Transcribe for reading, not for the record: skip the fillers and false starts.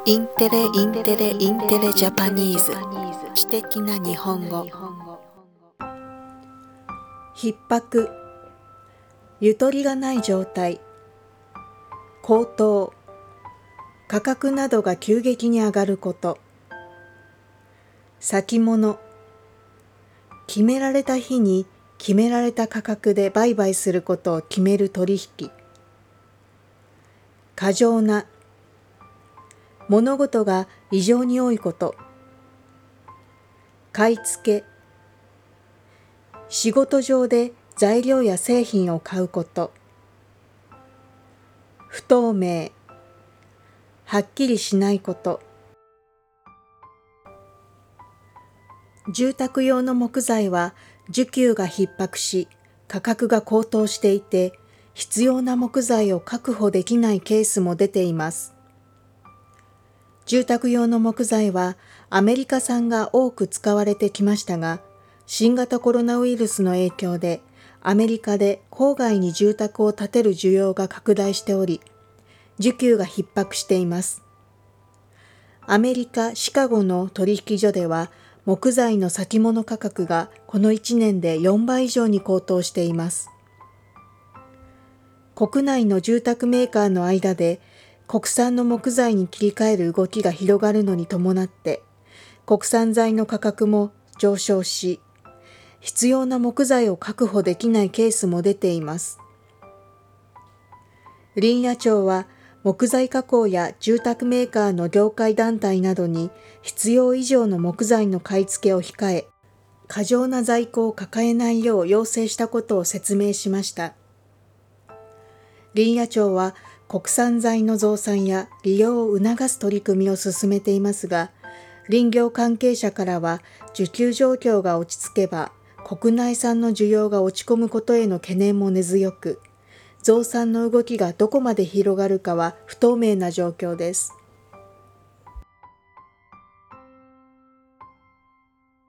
インテレジャパニーズ知的な日本語。逼迫、ゆとりがない状態、高騰、価格などが急激に上がること、先物、決められた日に決められた価格で売買することを決める取引、過剰な、物事が異常に多いこと、買い付け、仕事上で材料や製品を買うこと、不透明、はっきりしないこと。住宅用の木材は需給が逼迫し、価格が高騰していて、必要な木材を確保できないケースも出ています。住宅用の木材はアメリカ産が多く使われてきましたが、新型コロナウイルスの影響でアメリカで郊外に住宅を建てる需要が拡大しており、需給が逼迫しています。アメリカ・シカゴの取引所では木材の先物価格がこの1年で4倍以上に高騰しています。国内の住宅メーカーの間で国産の木材に切り替える動きが広がるのに伴って、国産材の価格も上昇し、必要な木材を確保できないケースも出ています。林野庁は木材加工や住宅メーカーの業界団体などに必要以上の木材の買い付けを控え、過剰な在庫を抱えないよう要請したことを説明しました。林野庁は国産材の増産や利用を促す取り組みを進めていますが、林業関係者からは需給状況が落ち着けば国内産の需要が落ち込むことへの懸念も根強く、増産の動きがどこまで広がるかは不透明な状況です。